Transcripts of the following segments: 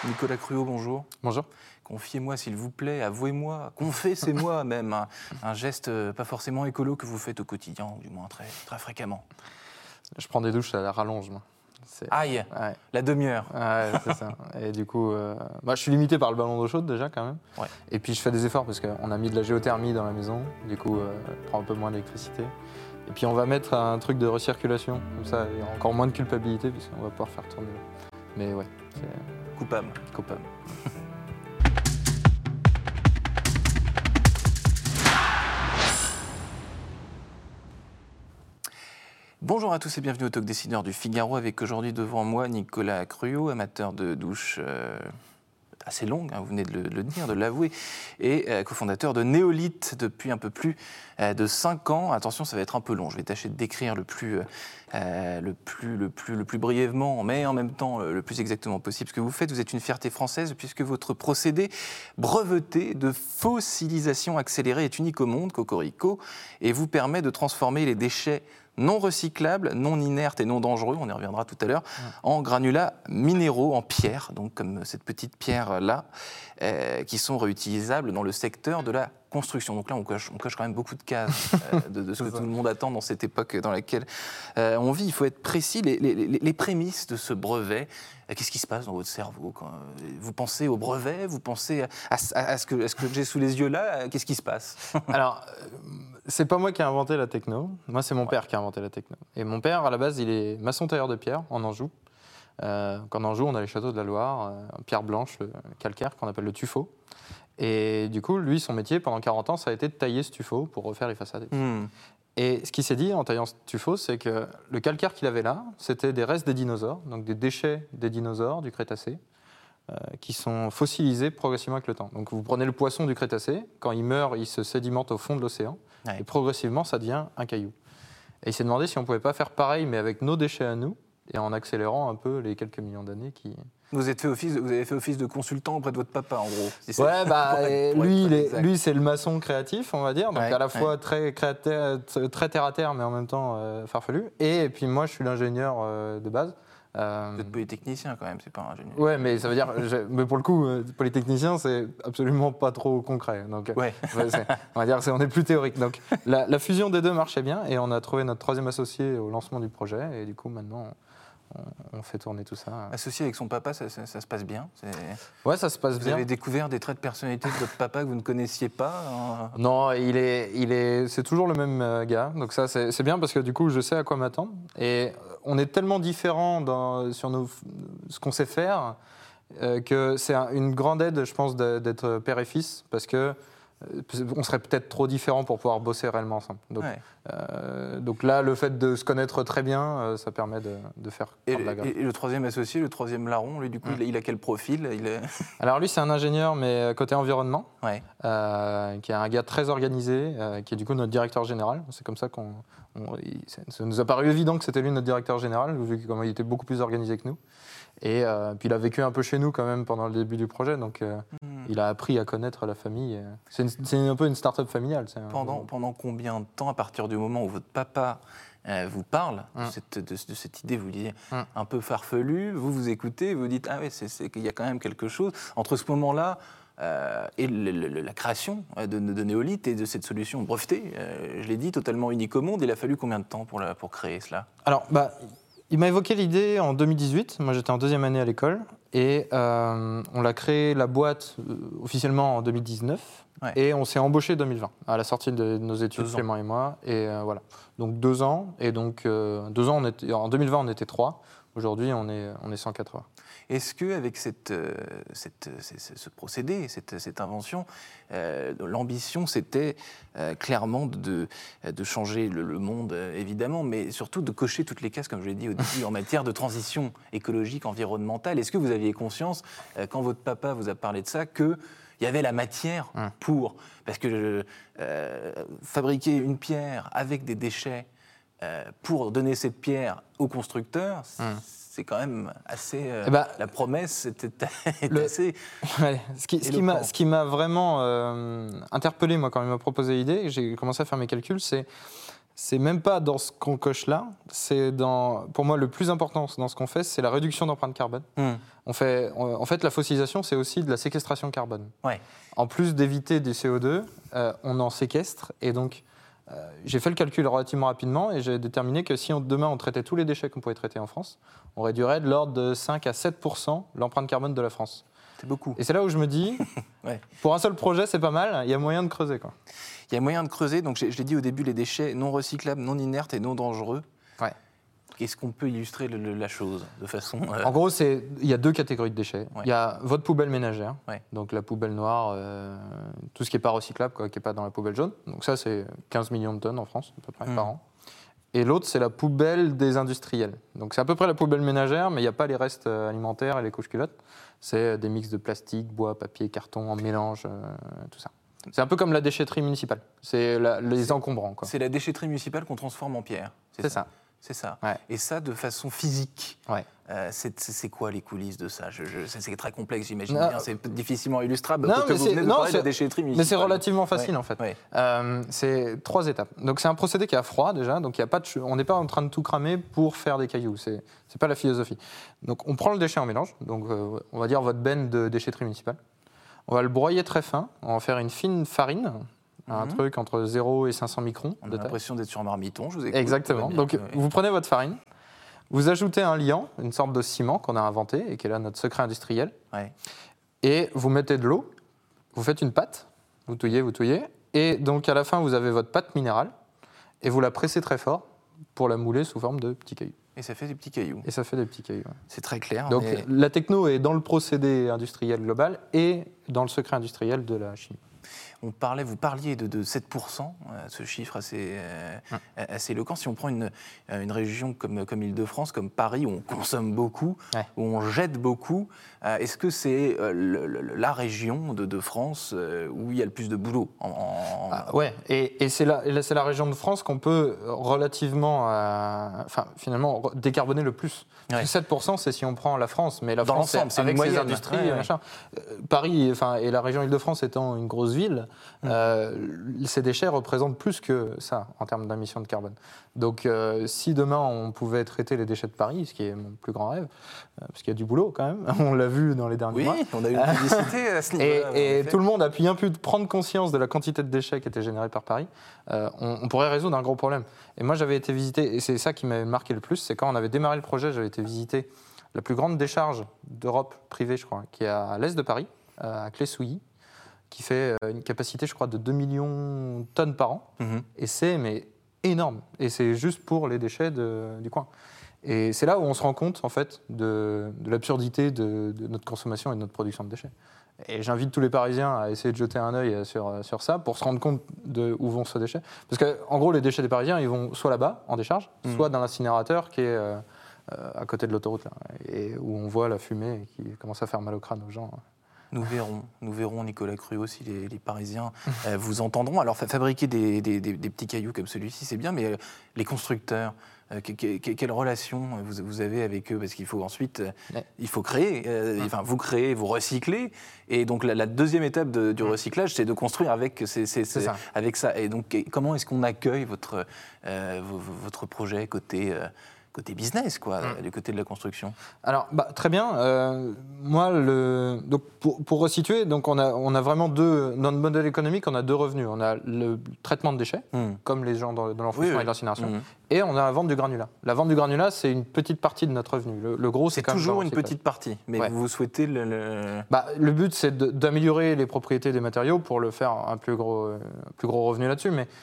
Nicolas Cruau, bonjour. Bonjour. Confiez-moi s'il vous plaît, avouez-moi, confessez-moi même un geste pas forcément écolo que vous faites au quotidien, ou du moins très, très fréquemment. Je prends des douches à la rallonge, moi. Aïe, ouais. La demi-heure. Ouais, c'est ça. Et du coup, je suis limité par le ballon d'eau chaude déjà quand même. Ouais. Et puis je fais des efforts parce qu'on a mis de la géothermie dans la maison. Du coup, je prends un peu moins d'électricité. Et puis on va mettre un truc de recirculation. Comme ça, il y a encore moins de culpabilité parce qu'on va pouvoir faire tourner. Mais ouais, c'est Coupable. coupable. Bonjour à tous et bienvenue au Talk Décideur du Figaro, avec aujourd'hui devant moi Nicolas Cruau, amateur de douches assez longues, vous venez de le dire, de l'avouer, et cofondateur de Néolith depuis un peu plus de 5 ans. Attention, ça va être un peu long, je vais tâcher de décrire le plus brièvement, mais en même temps le plus exactement possible ce que vous faites. Vous êtes une fierté française puisque votre procédé breveté de fossilisation accélérée est unique au monde, cocorico, et vous permet de transformer les déchets non recyclables, non inertes et non dangereux, on y reviendra tout à l'heure, en granulats minéraux, en pierre, donc comme cette petite pierre-là, qui sont réutilisables dans le secteur de la construction. Donc là, on coche quand même beaucoup de cases de ce que tout le monde attend dans cette époque dans laquelle on vit. Il faut être précis. Les prémices de ce brevet, qu'est-ce qui se passe dans votre cerveau quand vous pensez au brevet, vous pensez à ce que j'ai sous les yeux là, qu'est-ce qui se passe? Alors, c'est pas moi qui ai inventé la techno. Moi, c'est mon père qui a inventé la techno. Et mon père, à la base, il est maçon tailleur de pierre en Anjou. En Anjou, on a les châteaux de la Loire, pierre blanche, le calcaire, qu'on appelle le tuffeau. Et du coup, lui, son métier, pendant 40 ans, ça a été de tailler ce tuffeau pour refaire les façades. Et ce qu'il s'est dit en taillant ce tuffeau, c'est que le calcaire qu'il avait là, c'était des restes des dinosaures, donc des déchets des dinosaures du Crétacé, qui sont fossilisés progressivement avec le temps. Donc vous prenez le poisson du Crétacé, quand il meurt, il se sédimente au fond de l'océan, et progressivement, ça devient un caillou. Et il s'est demandé si on ne pouvait pas faire pareil, mais avec nos déchets à nous, et en accélérant un peu les quelques millions d'années qui... Vous avez fait office de consultant auprès de votre papa, en gros. Lui, c'est le maçon créatif, on va dire, donc à la fois très terre-à-terre, mais en même temps farfelu. Et puis moi, je suis l'ingénieur de base. Vous êtes polytechnicien quand même, c'est pas un ingénieur. Ouais, mais ça veut dire, mais pour le coup, polytechnicien, c'est absolument pas trop concret. Donc, on va dire, on est plus théorique. Donc, la fusion des deux marchait bien, et on a trouvé notre troisième associé au lancement du projet, et du coup, maintenant, on fait tourner tout ça. Associé avec son papa, ça se passe bien? Ouais, ça se passe bien. Vous avez découvert des traits de personnalité de votre papa que vous ne connaissiez pas? Non, c'est toujours le même gars. Donc ça, c'est bien parce que du coup, je sais à quoi m'attendre. Et on est tellement différents sur ce qu'on sait faire que c'est une grande aide, je pense, d'être père et fils, parce que on serait peut-être trop différents pour pouvoir bosser réellement ensemble. Donc là, le fait de se connaître très bien, ça permet de faire prendre la gamme. Et le troisième associé, le troisième larron, lui, du coup, il a quel profil? Alors lui, c'est un ingénieur, mais côté environnement, qui est un gars très organisé, qui est du coup notre directeur général. C'est comme ça ça nous a paru évident que c'était lui notre directeur général, vu qu'il était beaucoup plus organisé que nous. Et puis il a vécu un peu chez nous quand même pendant le début du projet, donc il a appris à connaître la famille. C'est un peu une start-up familiale. Pendant combien de temps, à partir du moment où votre papa vous parle de cette idée, vous dites un peu farfelue, vous écoutez, vous dites c'est qu'il y a quand même quelque chose entre ce moment-là et la création de Néolith et de cette solution brevetée, je l'ai dit, totalement unique au monde. Il a fallu combien de temps pour créer cela? Alors, il m'a évoqué l'idée en 2018, moi j'étais en deuxième année à l'école, et on a créé la boîte officiellement en 2019, et on s'est embauché en 2020, à la sortie de nos études, Clément et moi, et voilà. Donc 2 ans, et donc 2 ans, en 2020 on était 3, aujourd'hui on est 180. Est-ce qu'avec ce procédé, cette invention, l'ambition c'était clairement de changer le monde, évidemment, mais surtout de cocher toutes les cases, comme je l'ai dit au début, en matière de transition écologique, environnementale? Est-ce que vous aviez conscience, quand votre papa vous a parlé de ça, qu'il y avait la matière pour... Parce que fabriquer une pierre avec des déchets pour donner cette pierre au constructeur... C'est quand même assez... la promesse était assez... Ce qui m'a vraiment interpellé, moi, quand il m'a proposé l'idée, j'ai commencé à faire mes calculs, c'est C'est même pas dans ce qu'on coche là. Pour moi, le plus important dans ce qu'on fait, c'est la réduction d'empreinte carbone. En fait, la fossilisation, c'est aussi de la séquestration carbone. Ouais. En plus d'éviter du CO2, on en séquestre. Et donc, j'ai fait le calcul relativement rapidement et j'ai déterminé que si demain on traitait tous les déchets qu'on pouvait traiter en France, on réduirait de l'ordre de 5 à 7% l'empreinte carbone de la France. C'est beaucoup. Et c'est là où je me dis, pour un seul projet, c'est pas mal, il y a moyen de creuser, quoi. Il y a moyen de creuser, donc je l'ai dit au début, les déchets non recyclables, non inertes et non dangereux. Ouais. Est-ce qu'on peut illustrer la chose de façon... En gros, il y a 2 catégories de déchets. Il y a votre poubelle ménagère, donc la poubelle noire, tout ce qui n'est pas recyclable, quoi, qui n'est pas dans la poubelle jaune. Donc ça, c'est 15 millions de tonnes en France, à peu près, par an. Et l'autre, c'est la poubelle des industriels. Donc c'est à peu près la poubelle ménagère, mais il n'y a pas les restes alimentaires et les couches culottes. C'est des mix de plastique, bois, papier, carton, en mélange, tout ça. C'est un peu comme la déchetterie municipale. C'est les encombrants, quoi. C'est la déchetterie municipale qu'on transforme en pierre. C'est ça. C'est ça. Ouais. Et ça, de façon physique. Ouais. C'est quoi les coulisses de ça? C'est très complexe, j'imagine bien. C'est difficilement illustrable. Non, que vous venez de parler de la déchetterie municipale. Mais c'est relativement facile, en fait. Ouais. C'est 3 étapes. Donc c'est un procédé qui a froid déjà. Donc y a pas on n'est pas en train de tout cramer pour faire des cailloux. C'est pas la philosophie. Donc on prend le déchet en mélange. Donc on va dire votre benne de déchetterie municipale. On va le broyer très fin. On va en faire une fine farine. Un truc entre 0 et 500 microns. On a l'impression d'être sur Marmiton, je vous écoute. Exactement. Donc vous prenez votre farine, vous ajoutez un liant, une sorte de ciment qu'on a inventé et qui est là notre secret industriel. Ouais. Et vous mettez de l'eau, vous faites une pâte, vous touillez. Et donc à la fin, vous avez votre pâte minérale et vous la pressez très fort pour la mouler sous forme de petits cailloux. Et ça fait des petits cailloux. Ouais. C'est très clair. Donc la techno est dans le procédé industriel global et dans le secret industriel de la chimie. Vous parliez de 7%, ce chiffre assez éloquent. Si on prend une région comme Île-de-France, comme Paris, où on consomme beaucoup, où on jette beaucoup, est-ce que c'est la région de France où il y a le plus de boulot Oui, et c'est la région de France qu'on peut relativement, finalement, décarboner le plus. Parce que 7%, c'est si on prend la France, mais la dans France, c'est avec ses industries, machin. Paris, et la région Île-de-France étant une grosse ville, ces déchets représentent plus que ça en termes d'émissions de carbone. Donc si demain on pouvait traiter les déchets de Paris, ce qui est mon plus grand rêve, parce qu'il y a du boulot quand même, on l'a vu dans les derniers mois. Oui, on a eu une publicité à ce niveau-là. Et tout le monde a bien pu prendre conscience de la quantité de déchets qui étaient générés par Paris. On pourrait résoudre un gros problème. Et moi j'avais été visiter, et c'est ça qui m'avait marqué le plus, c'est quand on avait démarré le projet, j'avais été visiter la plus grande décharge d'Europe privée, je crois, qui est à l'est de Paris, à Clé-Souilly, qui fait une capacité, je crois, de 2 millions de tonnes par an. Et c'est énorme. Et c'est juste pour les déchets du coin. Et c'est là où on se rend compte, en fait, de l'absurdité de notre consommation et de notre production de déchets. Et j'invite tous les Parisiens à essayer de jeter un œil sur ça pour se rendre compte de où vont ces déchets. Parce qu'en gros, les déchets des Parisiens, ils vont soit là-bas, en décharge, soit dans l'incinérateur qui est à côté de l'autoroute, là, et où on voit la fumée qui commence à faire mal au crâne aux gens. Nous verrons, Nicolas Cruau, si les Parisiens vous entendront. Alors, fabriquer des petits cailloux comme celui-ci, c'est bien, mais les constructeurs, quelle relation vous avez avec eux? Parce qu'il faut ensuite, il faut créer, vous créez, vous recyclez, et donc la deuxième étape du recyclage, c'est de construire avec ça. Et donc, comment est-ce qu'on accueille votre projet côté business, du côté de la construction? Alors, très bien. Moi, donc pour resituer, donc on a vraiment dans le modèle économique, on a 2 revenus. On a le traitement de déchets, comme les gens dans l'enfouissement et l'incinération, et on a la vente du granulat. La vente du granulat, c'est une petite partie de notre revenu. Le gros, c'est toujours une petite partie, mais vous souhaitez le but, c'est d'améliorer les propriétés des matériaux pour le faire un plus gros revenu là-dessus, mais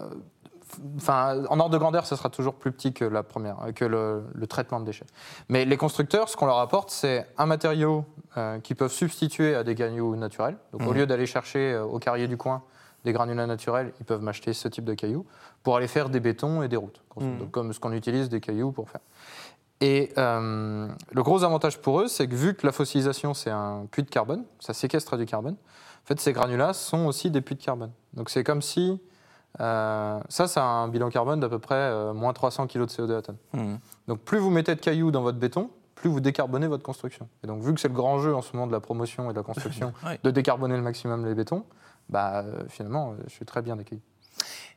en ordre de grandeur, ça sera toujours plus petit que le traitement de déchets. Mais les constructeurs, ce qu'on leur apporte, c'est un matériau qu'ils peuvent substituer à des cailloux naturels. Donc au lieu d'aller chercher au carrier du coin des granulats naturels, ils peuvent m'acheter ce type de cailloux pour aller faire des bétons et des routes, donc, comme ce qu'on utilise des cailloux pour faire. Et le gros avantage pour eux, c'est que vu que la fossilisation, c'est un puits de carbone, ça séquestre du carbone, en fait, ces granulats sont aussi des puits de carbone. Donc c'est comme si ça a un bilan carbone d'à peu près moins 300 kg de CO2 à tonne. Donc plus vous mettez de cailloux dans votre béton, plus vous décarbonez votre construction. Et donc vu que c'est le grand jeu en ce moment de la promotion et de la construction, de décarboner le maximum les bétons, finalement, je suis très bien des cailloux.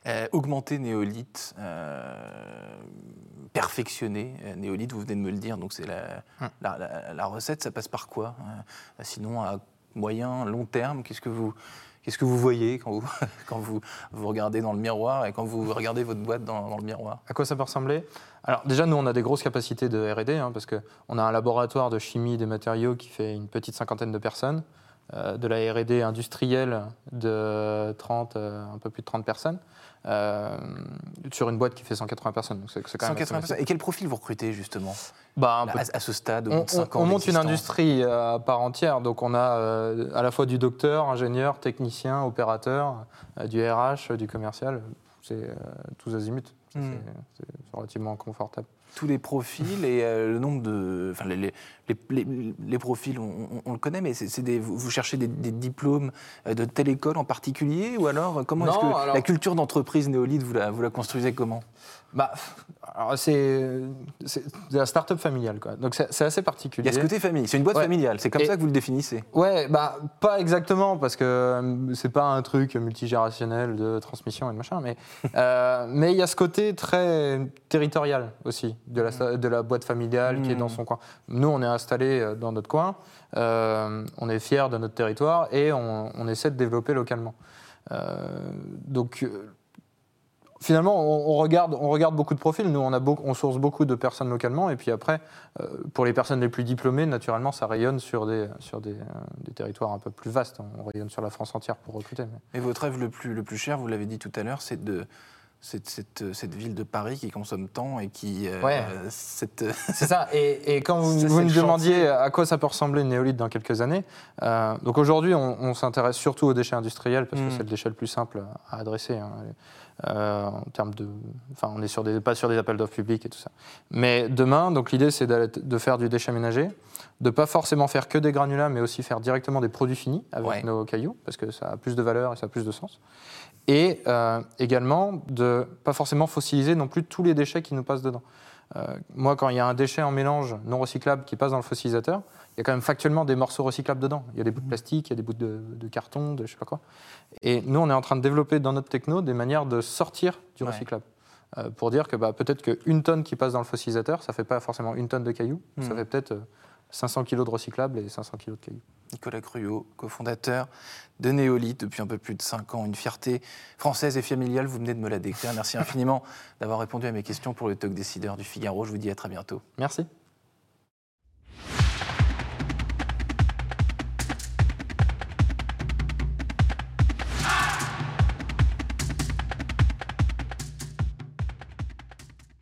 Augmenter néolithe, perfectionner néolithe, vous venez de me le dire, donc c'est la recette, ça passe par quoi? Sinon, à moyen, long terme, qu'est-ce que vous voyez quand vous regardez dans le miroir et quand vous regardez votre boîte dans le miroir? À quoi ça peut ressembler? Alors déjà, nous, on a des grosses capacités de R&D, parce qu'on a un laboratoire de chimie des matériaux qui fait une petite 50aine de personnes, de la R&D industrielle de 30, un peu plus de 30 personnes, sur une boîte qui fait 180 personnes. Donc c'est quand même 180 personnes. Et quel profil vous recrutez justement à ce stade, au bout de 5 ans on monte une d'existence? industrie à part entière, donc on a à la fois du docteur, ingénieur, technicien, opérateur, du RH, du commercial, c'est tous azimuts. C'est relativement confortable. Tous les profils et le nombre de... Enfin, les profils, on le connaît, mais vous cherchez des diplômes de telle école en particulier? Ou alors, la culture d'entreprise néolithe, vous la construisez comment? Alors c'est de la start-up familiale, quoi. Donc c'est assez particulier. Il y a ce côté famille, c'est une boîte familiale, c'est comme ça que vous le définissez? Ouais, pas exactement, parce que c'est pas un truc multigénérationnel de transmission et de machin, mais il y a ce côté très territorial aussi, de la boîte familiale qui est dans son coin. Nous, on est installés dans notre coin, on est fiers de notre territoire et on essaie de développer localement. Finalement, on regarde beaucoup de profils. Nous, on source beaucoup de personnes localement. Et puis après, pour les personnes les plus diplômées, naturellement, ça rayonne sur des territoires un peu plus vastes. On rayonne sur la France entière pour recruter. Et votre rêve le plus cher, vous l'avez dit tout à l'heure, c'est cette ville de Paris qui consomme tant et qui... C'est ça. Et quand vous me demandiez à quoi ça peut ressembler une néolithe dans quelques années, donc aujourd'hui, on s'intéresse surtout aux déchets industriels parce que c'est le déchet le plus simple à adresser. En termes de, on est pas sur des appels d'offres publics et tout ça. Mais demain, donc l'idée c'est de faire du déchet ménager, de pas forcément faire que des granulats, mais aussi faire directement des produits finis avec nos cailloux, parce que ça a plus de valeur et ça a plus de sens. Et également de pas forcément fossiliser non plus tous les déchets qui nous passent dedans. Moi, quand il y a un déchet en mélange non recyclable qui passe dans le fossilisateur, il y a quand même factuellement des morceaux recyclables dedans. Il y a des bouts de plastique, il y a des bouts de carton, de je sais pas quoi. Et nous, on est en train de développer dans notre techno des manières de sortir du recyclable. Pour dire que peut-être qu'une tonne qui passe dans le fossilisateur, ça fait pas forcément une tonne de cailloux, ça fait peut-être 500 kilos de recyclable et 500 kilos de cailloux. Nicolas Cruau, cofondateur de Néolithe depuis un peu plus de 5 ans, une fierté française et familiale, vous venez de me la décrire. Merci infiniment d'avoir répondu à mes questions pour le Talk Décideur du Figaro. Je vous dis à très bientôt. Merci.